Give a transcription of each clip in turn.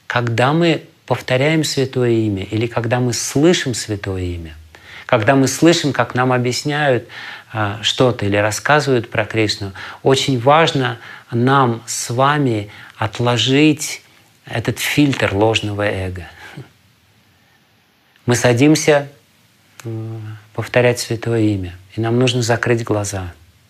когда мы повторяем Святое Имя или когда мы слышим Святое Имя, когда мы слышим, как нам объясняют что-то или рассказывают про Кришну, очень важно нам с вами отложить этот фильтр ложного эго. Мы садимся повторять Святое Имя, и нам нужно закрыть глаза,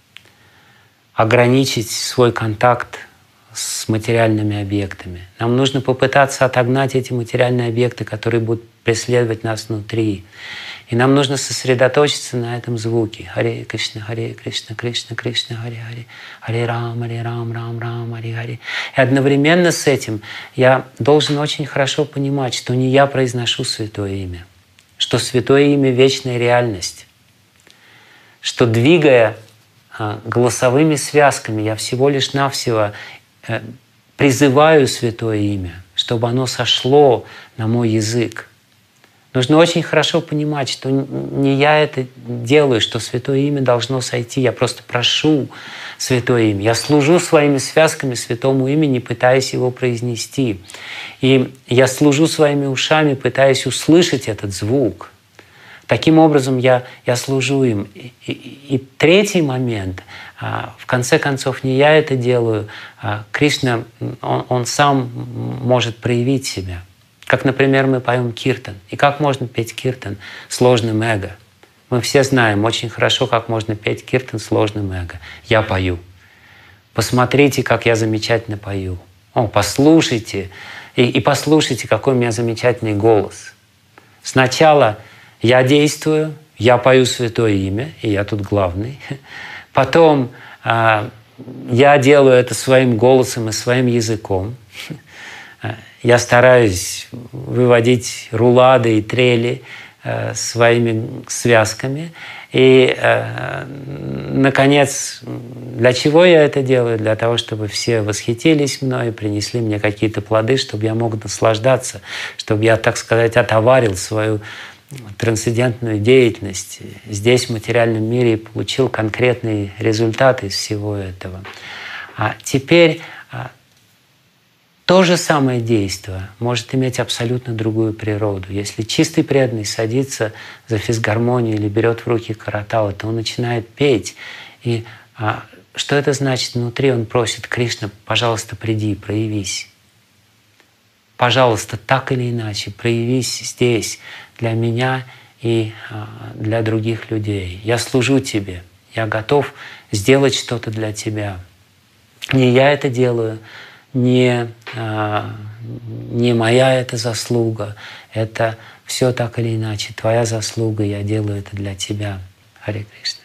ограничить свой контакт с материальными объектами. Нам нужно попытаться отогнать эти материальные объекты, которые будут преследовать нас внутри. И нам нужно сосредоточиться на этом звуке. Харе Кришна, Кришна, Кришна, Харе Харе, Харе Рам, Рам, Рам, Харе Харе. И одновременно с этим я должен очень хорошо понимать, что не я произношу Святое Имя, что Святое Имя — вечная реальность, что, двигая голосовыми связками, я всего лишь навсего призываю Святое Имя, чтобы оно сошло на мой язык. Нужно очень хорошо понимать, что не я это делаю, что Святое Имя должно сойти. Я просто прошу Святое Имя. Я служу своими связками Святому Имени, пытаясь его произнести. И я служу своими ушами, пытаясь услышать этот звук. Таким образом, я служу им. И третий момент, в конце концов, не я это делаю, Кришна, он сам может проявить себя. Как, например, мы поем киртан. И как можно петь киртан с ложным эго? Мы все знаем очень хорошо, как можно петь киртан с ложным эго. Я пою. Посмотрите, как я замечательно пою. О, послушайте. И послушайте, какой у меня замечательный голос. Сначала я действую, я пою Святое Имя, и я тут главный. Потом я делаю это своим голосом и своим языком. Я стараюсь выводить рулады и трели своими связками. И, наконец, для чего я это делаю? Для того, чтобы все восхитились мной, принесли мне какие-то плоды, чтобы я мог наслаждаться, чтобы я, так сказать, отоварил свою трансцендентную деятельность здесь, в материальном мире, и получил конкретные результаты из всего этого. А теперь то же самое действие может иметь абсолютно другую природу. Если чистый преданный садится за физгармонию или берет в руки каратал, то он начинает петь. И что это значит внутри? Он просит: Кришна, пожалуйста, приди, проявись. Пожалуйста, так или иначе, проявись здесь для меня и для других людей. Я служу Тебе, я готов сделать что-то для Тебя. Не я это делаю, не моя это заслуга, это все так или иначе Твоя заслуга, я делаю это для Тебя. Харе Кришна.